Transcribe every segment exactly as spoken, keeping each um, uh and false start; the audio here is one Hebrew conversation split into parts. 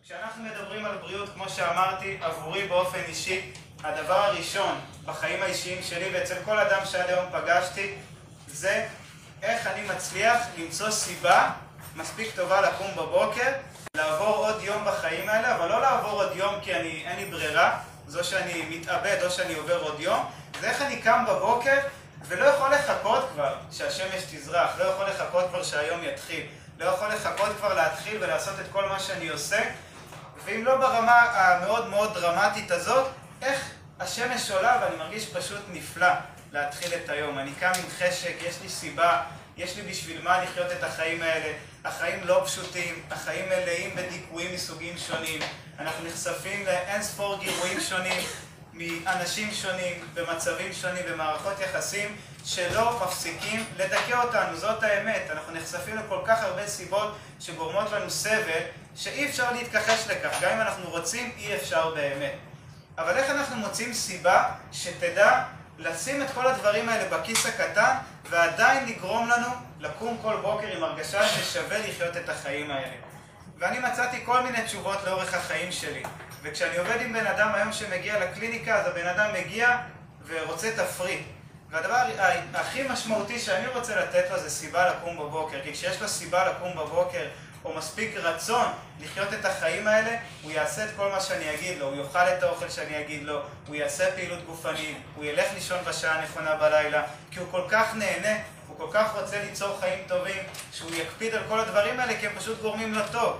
כשאנחנו מדברים על בריאות, כמו שאמרתי, עבורי באופן אישי, הדבר הראשון בחיים האישיים שלי ואצל כל אדם שעד היום פגשתי, זה איך אני מצליח למצוא סיבה מספיק טובה לקום בבוקר, לעבור עוד יום בחיים האלה, אבל לא לעבור עוד יום כי אני, אין לי ברירה, זו שאני מתאבד או שאני עובר עוד יום, זה איך אני קם בבוקר ולא יכול לחכות כבר שהשמש תזרח, לא יכול לחכות כבר שהיום יתחיל, לא יכול לחכות כבר להתחיל ולעשות את כל מה שאני עושה, ואם לא ברמה המאוד מאוד דרמטית הזאת, איך השמש עולה ואני מרגיש פשוט נפלא להתחיל את היום. אני קם עם חשק, יש לי סיבה, יש לי בשביל מה לחיות את החיים האלה. החיים לא פשוטים, החיים מלאים בדיכויים מסוגים שונים. אנחנו נחשפים לאין ספור גירויים שונים, מאנשים שונים, במצבים שונים, במערכות יחסים שלא מפסיקים לדכא אותנו, זאת האמת. אנחנו נחשפים לכל כך הרבה סיבות שגורמות לנו סבל, שאי אפשר להתכחש לכך, גם אם אנחנו רוצים, אי אפשר באמת. אבל איך אנחנו מוצאים סיבה שתדע לשים את כל הדברים האלה בכיס הקטן, ועדיין לגרום לנו לקום כל בוקר עם הרגשה ששווה לחיות את החיים האלה? ואני מצאתי כל מיני תשובות לאורך החיים שלי. וכשאני עובד עם בן אדם היום שמגיע לקליניקה, אז הבן אדם מגיע ורוצה תפריט. והדבר הכי משמעותי שאני רוצה לתת לו זה סיבה לקום בבוקר. כי כשיש לו סיבה לקום בבוקר, או מספיק רצון לחיות את החיים האלה, הוא יעשה את כל מה שאני אגיד לו, הוא יאכל את האוכל שאני אגיד לו, הוא יעשה פעילות גופנית, הוא ילך לישון בשעה הנכונה בלילה, כי הוא כל כך נהנה, הוא כל כך רוצה ליצור חיים טובים, שהוא יקפיד על כל הדברים האלה, כי הם פשוט גורמים לו טוב.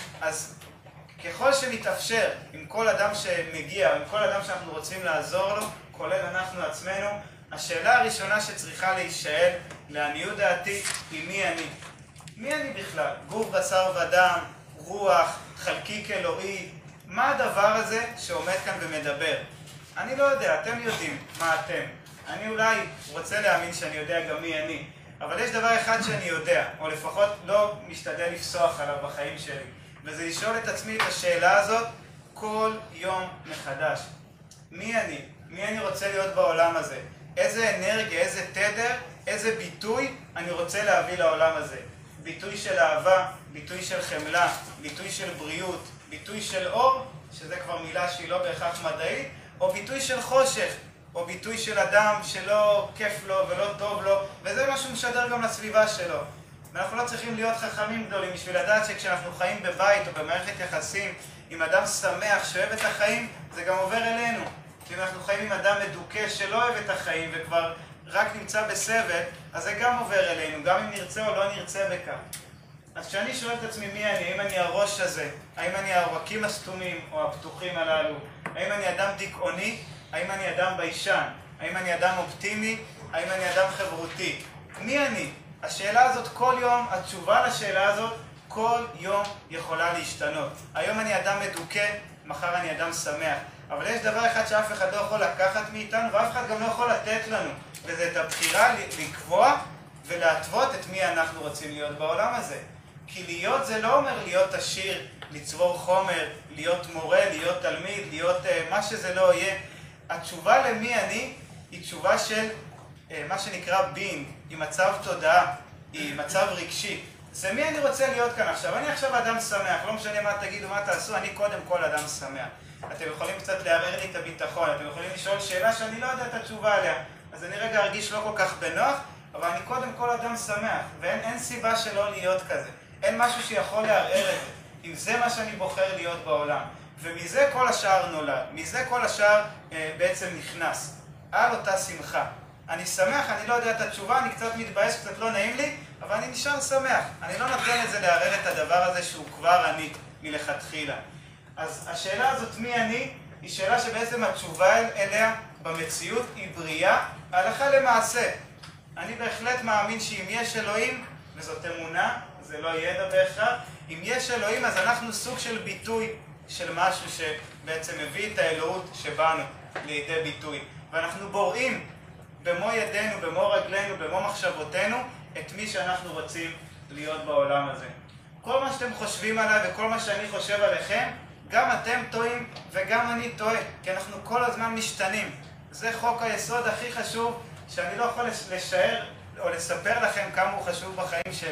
אז ככל שמתאפשר עם כל אדם שמגיע, עם כל אדם שאנחנו רוצים לעזור לו, כולל אנחנו עצמנו, השאלה הראשונה שצריכה להישאל, לעניות דעתי, היא מי אני? מי אני בכלל? גוף, בשר ודם, רוח, חלקיק אלוהי, מה הדבר הזה שעומד כאן ומדבר? אני לא יודע, אתם יודעים מה אתם. אני אולי רוצה להאמין שאני יודע גם מי אני, אבל יש דבר אחד שאני יודע, או לפחות לא משתדל לפסוח עליו בחיים שלי, וזה לשאול את עצמי את השאלה הזאת כל יום מחדש. מי אני? מי אני רוצה להיות בעולם הזה? איזה אנרגיה, איזה תדר, איזה ביטוי אני רוצה להביא לעולם הזה? ביטוי של אהבה, ביטוי של חמלה, ביטוי של בריאות, ביטוי של אור, שזה כבר מילה שהיא לא בהכרח מדעית, או ביטוי של חושך, או ביטוי של אדם שלא כיף לו ולא טוב לו, וזה מה שהוא משדר גם לסביבה שלו. ואנחנו לא צריכים להיות חכמים גדולים בשביל לדעת שכשאנחנו חיים בבית או במערכת יחסים עם אדם שמח שאוהב את החיים, זה גם עובר אלינו. אם אנחנו חיים עם אדם מדוכא שלא אוהב את החיים וכבר רק נמצא בסבל, אז זה גם עובר אלינו, גם אם נרצה או לא נרצה בכך. אז כשאני שואל את עצמי מי אני, האם אני הראש הזה, האם אני העורקים הסתומים או הפתוחים הללו, האם אני אדם דיכאוני, האם אני אדם ביישן, האם אני אדם אופטימי, האם אני אדם חברותי, מי אני? השאלה הזאת כל יום, התשובה לשאלה הזאת כל יום יכולה להשתנות. היום אני אדם מדוכא, מחר אני אדם שמח. אבל יש דבר אחד שאף אחד לא יכול לקחת מאיתנו, ואף אחד גם לא יכול לתת לנו, וזה את הבחירה לקבוע ולהתוות את מי אנחנו רוצים להיות בעולם הזה. כי להיות זה לא אומר להיות עשיר, לצבור חומר, להיות מורה, להיות תלמיד, להיות uh, מה שזה לא יהיה. התשובה למי אני היא תשובה של uh, מה שנקרא being, היא מצב תודעה, היא מצב רגשי. זה מי אני רוצה להיות כאן עכשיו. אני עכשיו אדם שמח, לא משנה מה תגידו, מה תעשו, אני קודם כל אדם שמח. אתם יכולים קצת לערער לי את הביטחון, אתם יכולים לשאול שאלה שאני לא יודע את התשובה עליה. אז אני רגע ארגיש לא כל כך בנוח, אבל אני קודם כל אדם שמח, ואין אין סיבה שלא להיות כזה. אין משהו שיכול לערער את זה. אם זה מה שאני בוחר להיות בעולם. ומזה כל השאר נולד, מזה כל השאר אה, בעצם נכנס. על אותה שמחה. אני שמח, אני לא יודע את התשובה, אני קצת מתבאס, קצת לא נעים לי, אבל אני נשאר שמח. אני לא נותן את זה לערער את הדבר הזה שהוא כבר אני מלכתחילה. אז השאלה הזאת מי אני, היא שאלה שבעצם התשובה אליה במציאות היא בריאה, הלכה למעשה. אני בהחלט מאמין שאם יש אלוהים, וזאת אמונה, זה לא ידע בהכרח, אם יש אלוהים אז אנחנו סוג של ביטוי של משהו שבעצם מביא את האלוהות שבנו לידי ביטוי. ואנחנו בוראים במו ידינו, במו רגלינו, במו מחשבותינו, את מי שאנחנו רוצים להיות בעולם הזה. כל מה שאתם חושבים עליי וכל מה שאני חושב עליכם, גם אתם טועים וגם אני טועה, כי אנחנו כל הזמן משתנים. זה חוק היסוד הכי חשוב שאני לא יכול לשער או לספר לכם כמה הוא חשוב בחיים שלי.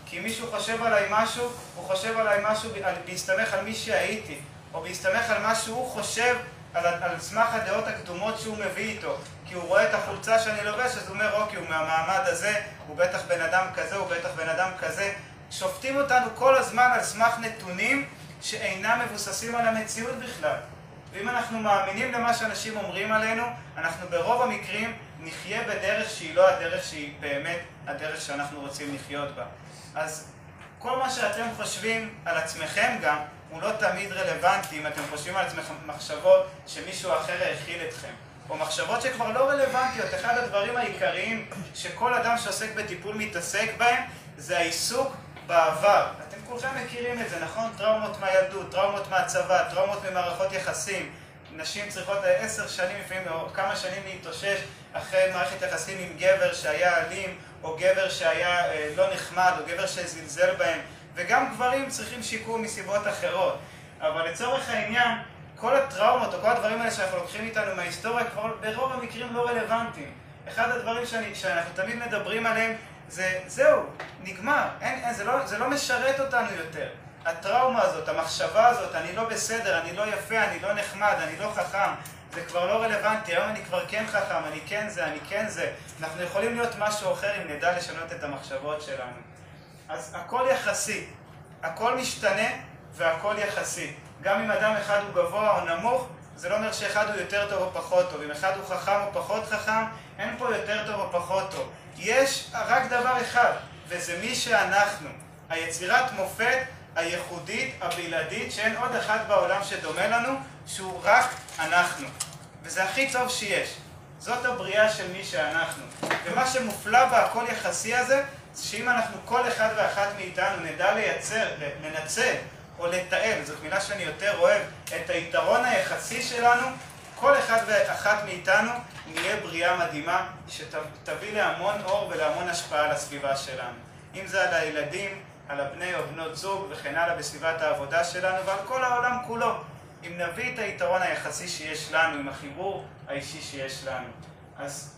כי אם מישהו חושב עליי משהו, הוא חושב עליי משהו בהסתמך על מי שהייתי, או בהסתמך על מה שהוא חושב על, על סמך הדעות הקדומות שהוא מביא איתו. כי הוא רואה את החולצה שאני לובש, אז הוא אומר, אוקיי, הוא מהמעמד הזה, הוא בטח בן אדם כזה, הוא בטח בן אדם כזה. שופטים אותנו כל הזמן על סמך נתונים שאינם מבוססים על המציאות בכלל. ואם אנחנו מאמינים למה שאנשים אומרים עלינו, אנחנו ברוב המקרים נחיה בדרך שהיא לא הדרך שהיא באמת הדרך שאנחנו רוצים לחיות בה. אז כל מה שאתם חושבים על עצמכם גם, הוא לא תמיד רלוונטי אם אתם חושבים על עצמכם מחשבות שמישהו אחר האכיל אתכם. או מחשבות שכבר לא רלוונטיות. אחד הדברים העיקריים שכל אדם שעוסק בטיפול מתעסק בהם, זה העיסוק בעבר. אתם כולכם מכירים את זה, נכון? טראומות מהילדות, טראומות מהצבא, טראומות ממערכות יחסים. נשים צריכות עשר שנים, לפעמים או כמה שנים להתאושש אחרי מערכת יחסים עם גבר שהיה אלים, או גבר שהיה אה, לא נחמד, או גבר שזלזל בהם. וגם גברים צריכים שיקום מסיבות אחרות. אבל לצורך העניין, כל הטראומות או כל הדברים האלה שאנחנו לוקחים איתנו מההיסטוריה כבר ברוב המקרים לא רלוונטיים. אחד הדברים שאני, שאנחנו תמיד מדברים עליהם זה, זהו, נגמר, אין, אין, זה, לא, זה לא משרת אותנו יותר. הטראומה הזאת, המחשבה הזאת, אני לא בסדר, אני לא יפה, אני לא נחמד, אני לא חכם, זה כבר לא רלוונטי. היום אני כבר כן חכם, אני כן זה, אני כן זה. אנחנו יכולים להיות משהו אחר אם נדע לשנות את המחשבות שלנו. אז הכל יחסי, הכל משתנה והכל יחסי. גם אם אדם אחד הוא גבוה או נמוך, זה לא אומר שאחד הוא יותר טוב או פחות טוב. אם אחד הוא חכם או פחות חכם, אין פה יותר טוב או פחות טוב. יש רק דבר אחד, וזה מי שאנחנו. היצירת מופת הייחודית, הבלעדית, שאין עוד אחד בעולם שדומה לנו, שהוא רק אנחנו. וזה הכי טוב שיש. זאת הבריאה של מי שאנחנו. ומה שמופלא בהכל יחסי הזה, זה שאם אנחנו כל אחד ואחת מאיתנו נדע לייצר, לנצל, או לתאם, זאת מילה שאני יותר אוהב, את היתרון היחסי שלנו, כל אחד ואחת מאיתנו נהיה בריאה מדהימה שתביא להמון אור ולהמון השפעה על הסביבה שלנו. אם זה על הילדים, על הבני או בנות זוג וכן הלאה בסביבת העבודה שלנו ועל כל העולם כולו. אם נביא את היתרון היחסי שיש לנו, עם החיבור האישי שיש לנו. אז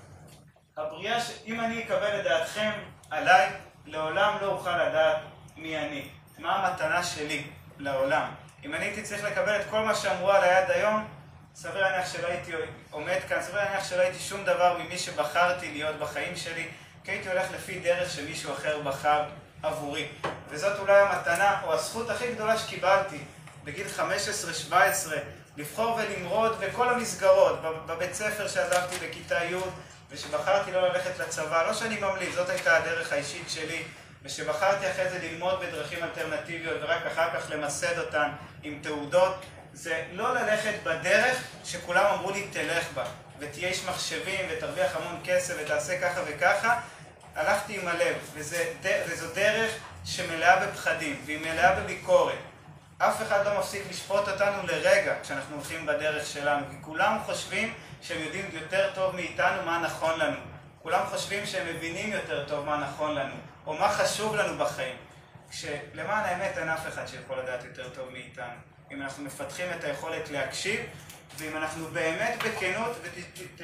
הבריאה, ש... אם אני אקבל את דעתכם עליי, לעולם לא אוכל לדעת מי אני. מה המתנה שלי לעולם? אם אני הייתי צריך לקבל את כל מה שאמרו עליי עד היום, סביר להניח שלא הייתי עומד כאן, סביר להניח שלא הייתי שום דבר ממי שבחרתי להיות בחיים שלי, כי הייתי הולך לפי דרך שמישהו אחר בחר עבורי. וזאת אולי המתנה או הזכות הכי גדולה שקיבלתי בגיל חמש עשרה שבע עשרה, לבחור ולמרוד בכל המסגרות, בבית ספר שעזבתי בכיתה י' ושבחרתי לא ללכת לצבא, לא שאני ממליץ, זאת הייתה הדרך האישית שלי, ושבחרתי אחרי זה ללמוד בדרכים אלטרנטיביות ורק אחר כך למסד אותן עם תעודות, זה לא ללכת בדרך שכולם אמרו לי תלך בה, ותהיה איש מחשבים ותרוויח המון כסף ותעשה ככה וככה. הלכתי עם הלב, וזה, וזו דרך שמלאה בפחדים והיא מלאה בביקורת. אף אחד לא מפסיק לשפוט אותנו לרגע כשאנחנו הולכים בדרך שלנו, כי כולם חושבים שהם יודעים יותר טוב מאיתנו מה נכון לנו. כולם חושבים שהם מבינים יותר טוב מה נכון לנו, או מה חשוב לנו בחיים. כשלמען האמת אין אף אחד שיכול לדעת יותר טוב מאיתנו. אם אנחנו מפתחים את היכולת להקשיב, ואם אנחנו באמת בכנות, ות, ת,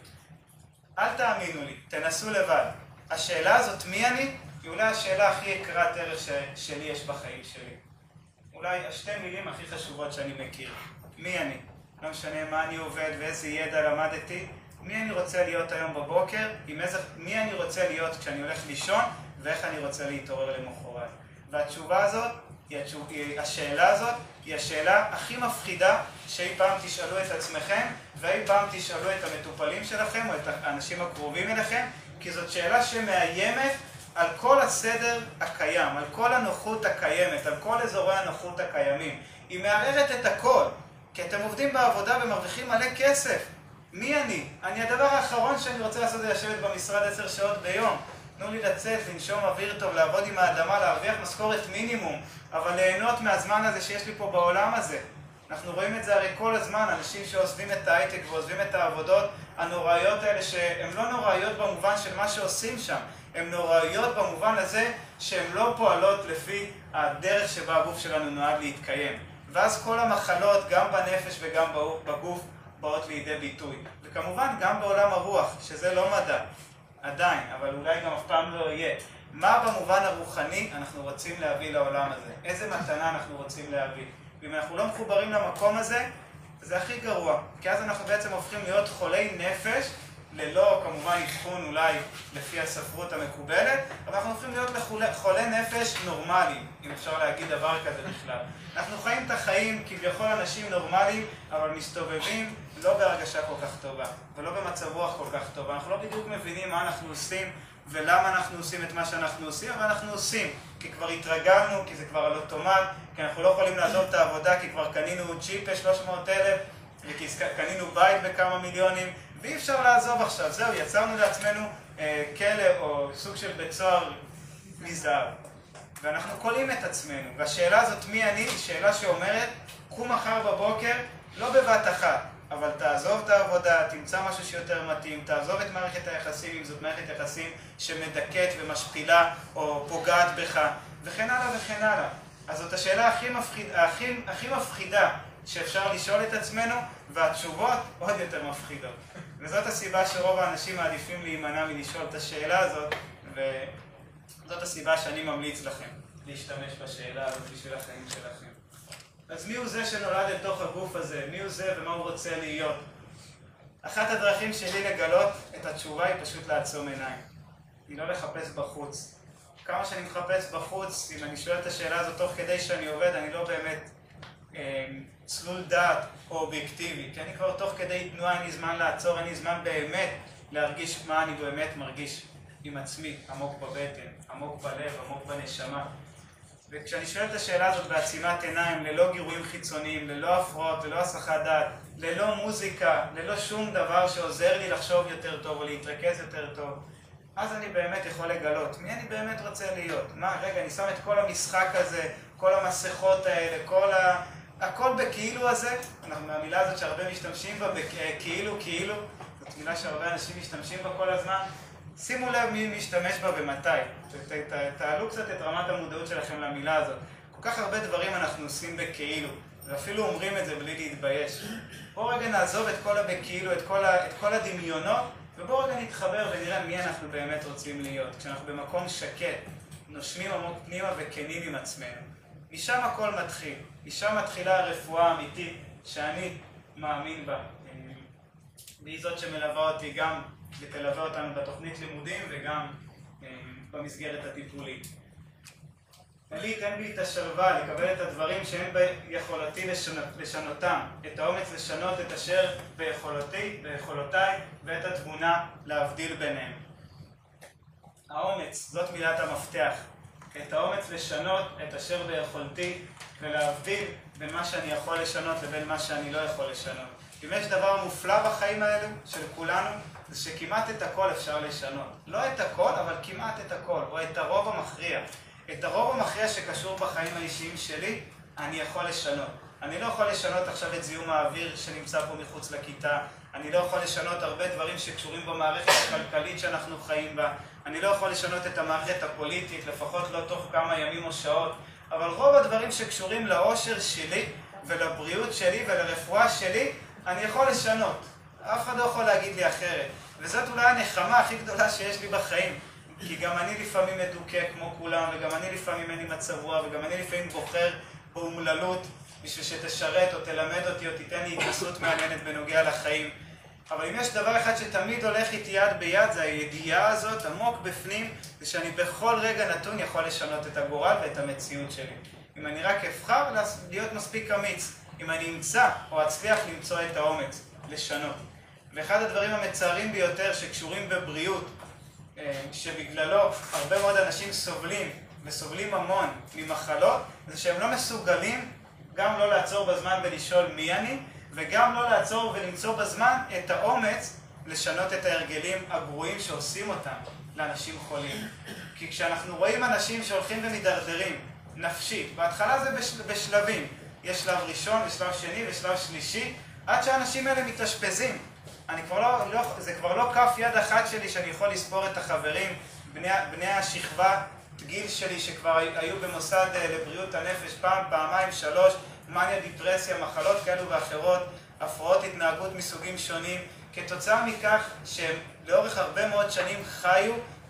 אל תאמינו לי, תנסו לבד. השאלה הזאת, מי אני, היא אולי השאלה הכי יקרת ערך ש, שלי יש בחיים שלי. אולי השתי מילים הכי חשובות שאני מכיר. מי אני? לא משנה מה אני עובד ואיזה ידע למדתי. מי אני רוצה להיות היום בבוקר? עם איזה, מי אני רוצה להיות כשאני הולך לישון? ואיך אני רוצה להתעורר למחרת. והתשובה הזאת, היא התשוב, היא, השאלה הזאת, היא השאלה הכי מפחידה שאי פעם תשאלו את עצמכם, ואי פעם תשאלו את המטופלים שלכם או את האנשים הקרובים אליכם, כי זאת שאלה שמאיימת על כל הסדר הקיים, על כל הנוחות הקיימת, על כל אזורי הנוחות הקיימים. היא מערערת את הכל, כי אתם עובדים בעבודה ומרוויחים מלא כסף. מי אני? אני הדבר האחרון שאני רוצה לעשות זה לשבת במשרד עשר שעות ביום. תנו לי לצאת, לנשום אוויר טוב, לעבוד עם האדמה, להרוויח משכורת מינימום, אבל ליהנות מהזמן הזה שיש לי פה בעולם הזה. אנחנו רואים את זה הרי כל הזמן, אנשים שעוזבים את ההייטק ועוזבים את העבודות הנוראיות האלה, שהן לא נוראיות במובן של מה שעושים שם, הן נוראיות במובן הזה שהן לא פועלות לפי הדרך שבה הגוף שלנו נועד להתקיים. ואז כל המחלות, גם בנפש וגם בגוף, באות לידי ביטוי. וכמובן גם בעולם הרוח, שזה לא מדע, עדיין, אבל אולי גם אף פעם לא יהיה. מה במובן הרוחני אנחנו רוצים להביא לעולם הזה? איזה מתנה אנחנו רוצים להביא? ואם אנחנו לא מחוברים למקום הזה, זה הכי גרוע. כי אז אנחנו בעצם הופכים להיות חולי נפש, ללא כמובן אבחון אולי לפי הספרות המקובלת, אבל אנחנו הופכים להיות לחולי נפש נורמליים, אם אפשר להגיד דבר כזה בכלל. אנחנו חיים את החיים כביכול אנשים נורמליים, אבל מסתובבים לא בהרגשה כל כך טובה, ולא במצב רוח כל כך טוב. אנחנו לא בדיוק מבינים מה אנחנו עושים, ולמה אנחנו עושים את מה שאנחנו עושים, אבל אנחנו עושים, כי כבר התרגלנו, כי זה כבר על אוטומט, כי אנחנו לא יכולים לעזוב את העבודה, כי כבר קנינו צ'יפ ב-שלוש מאות אלף, וכי קנינו בית בכמה מיליונים, ואי אפשר לעזוב עכשיו. זהו, יצרנו לעצמנו אה, כלא או סוג של בית סוהר מזהב. ואנחנו קולים את עצמנו. והשאלה הזאת, מי אני, היא שאלה שאומרת, קום מחר בבוקר, לא בבת אחת, אבל תעזוב את העבודה, תמצא משהו שיותר מתאים, תעזוב את מערכת היחסים, אם זאת מערכת יחסים שמדכאת ומשפילה או פוגעת בך, וכן הלאה וכן הלאה. אז זאת השאלה הכי, מפחיד, הכי, הכי מפחידה שאפשר לשאול את עצמנו, והתשובות עוד יותר מפחידות. וזאת הסיבה שרוב האנשים מעדיפים להימנע מלשאול את השאלה הזאת, וזאת הסיבה שאני ממליץ לכם להשתמש בשאלה הזאת בשביל החיים שלכם. אז מי הוא זה שנולד לתוך הגוף הזה? מי הוא זה ומה הוא רוצה להיות? אחת הדרכים שלי לגלות את התשובה היא פשוט לעצום עיניים. היא לא לחפש בחוץ. כמה שאני מחפש בחוץ, אם אני שואל את השאלה הזאת תוך כדי שאני עובד, אני לא באמת אה, צלול דעת או אובייקטיבי. כי אני כבר תוך כדי תנועה, אין לי זמן לעצור, אין לי זמן באמת להרגיש מה אני באמת מרגיש עם עצמי, עמוק בבטן, עמוק בלב, עמוק בנשמה. וכשאני שואל את השאלה הזאת בעצימת עיניים, ללא גירויים חיצוניים, ללא הפרעות, ללא הסחת דעת, ללא מוזיקה, ללא שום דבר שעוזר לי לחשוב יותר טוב או להתרכז יותר טוב, אז אני באמת יכול לגלות מי אני באמת רוצה להיות. מה, רגע, אני שם את כל המשחק הזה, כל המסכות האלה, כל ה... הכל בכאילו הזה, אנחנו מהמילה הזאת שהרבה משתמשים בה, בכאילו, כאילו, זאת מילה שהרבה אנשים משתמשים בה כל הזמן. שימו לב מי משתמש בה ומתי. תעלו קצת את רמת המודעות שלכם למילה הזאת. כל כך הרבה דברים אנחנו עושים בכאילו, ואפילו אומרים את זה בלי להתבייש. בואו רגע נעזוב את כל הבכאילו, את כל, ה, את כל הדמיונות, ובואו רגע נתחבר ונראה מי אנחנו באמת רוצים להיות. כשאנחנו במקום שקט, נושמים עמוק פנימה וכנים עם עצמנו. משם הכל מתחיל. משם מתחילה הרפואה האמיתית שאני מאמין בה. והיא זאת שמלווה אותי גם ותלווה אותנו בתוכנית לימודים וגם אה, במסגרת הטיפולית. לי תן בי את השלווה לקבל את הדברים שאין ביכולתי לשנות, לשנותם, את האומץ לשנות את אשר ביכולתי, ביכולותיי, ואת התבונה להבדיל ביניהם. האומץ, זאת מילת המפתח. את האומץ לשנות את אשר ביכולתי ולהבדיל בין מה שאני יכול לשנות לבין מה שאני לא יכול לשנות. אם יש דבר מופלא בחיים האלו של כולנו, זה שכמעט את הכל אפשר לשנות. לא את הכל, אבל כמעט את הכל, או את הרוב המכריע. את הרוב המכריע שקשור בחיים האישיים שלי, אני יכול לשנות. אני לא יכול לשנות עכשיו את זיהום האוויר שנמצא פה מחוץ לכיתה. אני לא יכול לשנות הרבה דברים שקשורים במערכת הכלכלית שאנחנו חיים בה. אני לא יכול לשנות את המערכת הפוליטית, לפחות לא תוך כמה ימים או שעות. אבל רוב הדברים שקשורים לאושר שלי ולבריאות שלי ולרפואה שלי, אני יכול לשנות. אף אחד לא יכול להגיד לי אחרת. וזאת אולי הנחמה הכי גדולה שיש לי בחיים. כי גם אני לפעמים מדוכא כמו כולם, וגם אני לפעמים אין לי מצב רוח, וגם אני לפעמים בוחר באומללות בשביל שתשרת או תלמד אותי או תיתן לי התנסות מעניינת בנוגע לחיים. אבל אם יש דבר אחד שתמיד הולך איתי יד ביד, זה הידיעה הזאת עמוק בפנים, זה שאני בכל רגע נתון יכול לשנות את הגורל ואת המציאות שלי. אם אני רק אבחר להיות מספיק אמיץ, אם אני אמצא או אצליח למצוא את האומץ לשנות. ואחד הדברים המצערים ביותר שקשורים בבריאות, שבגללו הרבה מאוד אנשים סובלים וסובלים המון ממחלות, זה שהם לא מסוגלים גם לא לעצור בזמן ולשאול מי אני, וגם לא לעצור ולמצוא בזמן את האומץ לשנות את ההרגלים הגרועים שעושים אותם לאנשים חולים. כי כשאנחנו רואים אנשים שהולכים ומדרדרים נפשית, בהתחלה זה בשלבים, יש שלב ראשון ושלב שני ושלב שלישי, עד שהאנשים האלה מתאשפזים. אני כבר לא, לא, זה כבר לא כף יד אחת שלי שאני יכול לספור את החברים, בני, בני השכבה, גיל שלי שכבר היו במוסד לבריאות הנפש פעם, פעמיים, שלוש, מניה, דיפרסיה, מחלות כאלו ואחרות, הפרעות התנהגות מסוגים שונים, כתוצאה מכך שהם לאורך הרבה מאוד שנים חיו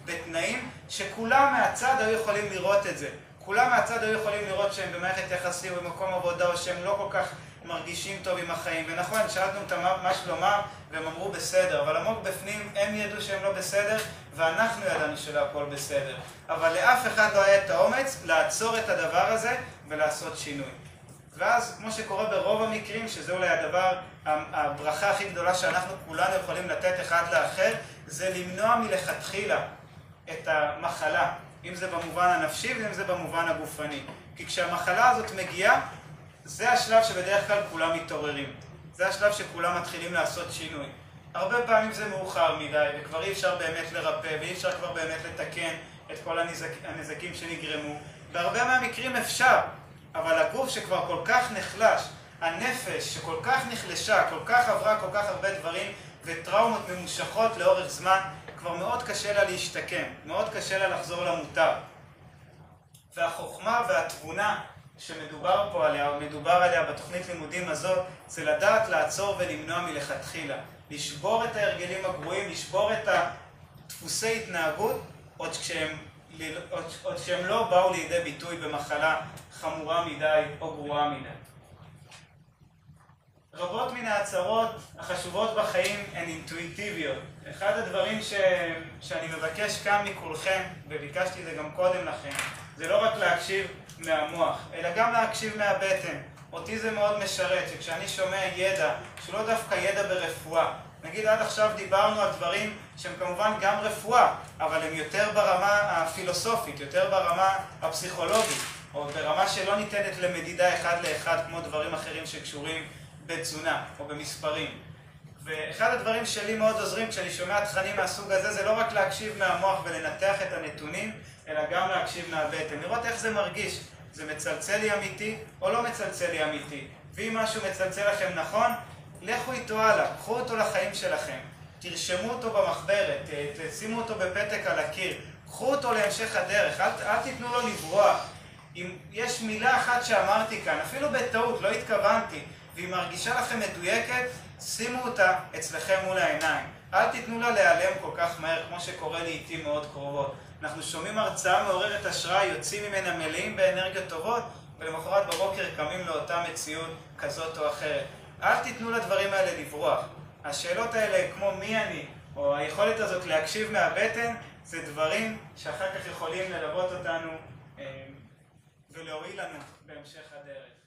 בתנאים שכולם מהצד היו יכולים לראות את זה. כולם מהצד היו יכולים לראות שהם במערכת יחסים במקום עבודה, או שהם לא כל כך מרגישים טוב עם החיים. ונכון, שאלנו אותם מה שלומם, והם אמרו בסדר, אבל עמוק בפנים הם ידעו שהם לא בסדר, ואנחנו ידענו שלא הכל בסדר. אבל לאף אחד לא היה את האומץ לעצור את הדבר הזה ולעשות שינוי. ואז, כמו שקורה ברוב המקרים, שזה אולי הדבר, הברכה הכי גדולה שאנחנו כולנו יכולים לתת אחד לאחר, זה למנוע מלכתחילה את המחלה, אם זה במובן הנפשי ואם זה במובן הגופני. כי כשהמחלה הזאת מגיעה, זה השלב שבדרך כלל כולם מתעוררים. זה השלב שכולם מתחילים לעשות שינוי. הרבה פעמים זה מאוחר מדי, וכבר אי אפשר באמת לרפא, ואי אפשר כבר באמת לתקן את כל הנזק, הנזקים שנגרמו. בהרבה מהמקרים אפשר, אבל הגוף שכבר כל כך נחלש, הנפש שכל כך נחלשה, כל כך עברה כל כך הרבה דברים, וטראומות ממושכות לאורך זמן, כבר מאוד קשה לה להשתקם, מאוד קשה לה לחזור למוטב. והחוכמה והתבונה שמדובר פה עליה, או מדובר עליה בתוכנית לימודים הזאת, זה לדעת לעצור ולמנוע מלכתחילה. לשבור את ההרגלים הגרועים, לשבור את דפוסי התנהגות, עוד כשהם, עוד, עוד כשהם לא באו לידי ביטוי במחלה חמורה מדי או גרועה מדי. רבות מן ההצהרות החשובות בחיים הן אינטואיטיביות. אחד הדברים ש... שאני מבקש כאן מכולכם, וביקשתי את זה גם קודם לכם, זה לא רק להקשיב מהמוח, אלא גם להקשיב מהבטן. אותי זה מאוד משרת, שכשאני שומע ידע, שלא דווקא ידע ברפואה, נגיד עד עכשיו דיברנו על דברים שהם כמובן גם רפואה, אבל הם יותר ברמה הפילוסופית, יותר ברמה הפסיכולוגית, או ברמה שלא ניתנת למדידה אחד לאחד, כמו דברים אחרים שקשורים בתזונה או במספרים. ואחד הדברים שלי מאוד עוזרים כשאני שומע תכנים מהסוג הזה, זה לא רק להקשיב מהמוח ולנתח את הנתונים, אלא גם להקשיב מהבטן, לראות איך זה מרגיש. זה מצלצל לי אמיתי או לא מצלצל לי אמיתי. ואם משהו מצלצל לכם נכון, לכו איתו הלאה, קחו אותו לחיים שלכם. תרשמו אותו במחברת, שימו אותו בפתק על הקיר, קחו אותו להמשך הדרך, אל, אל תיתנו לו לברוח. אם יש מילה אחת שאמרתי כאן, אפילו בטעות, לא התכוונתי, והיא מרגישה לכם מדויקת, שימו אותה אצלכם מול העיניים. אל תיתנו לה להיעלם כל כך מהר, כמו שקורה לעתים מאוד קרובות. אנחנו שומעים הרצאה מעוררת השראה, יוצאים ממנה מלאים באנרגיות טובות, ולמחרת בבוקר קמים לאותה מציאות כזאת או אחרת. אל תיתנו לדברים האלה לברוח. השאלות האלה, כמו מי אני, או היכולת הזאת להקשיב מהבטן, זה דברים שאחר כך יכולים ללוות אותנו ולהועיל לנו בהמשך הדרך.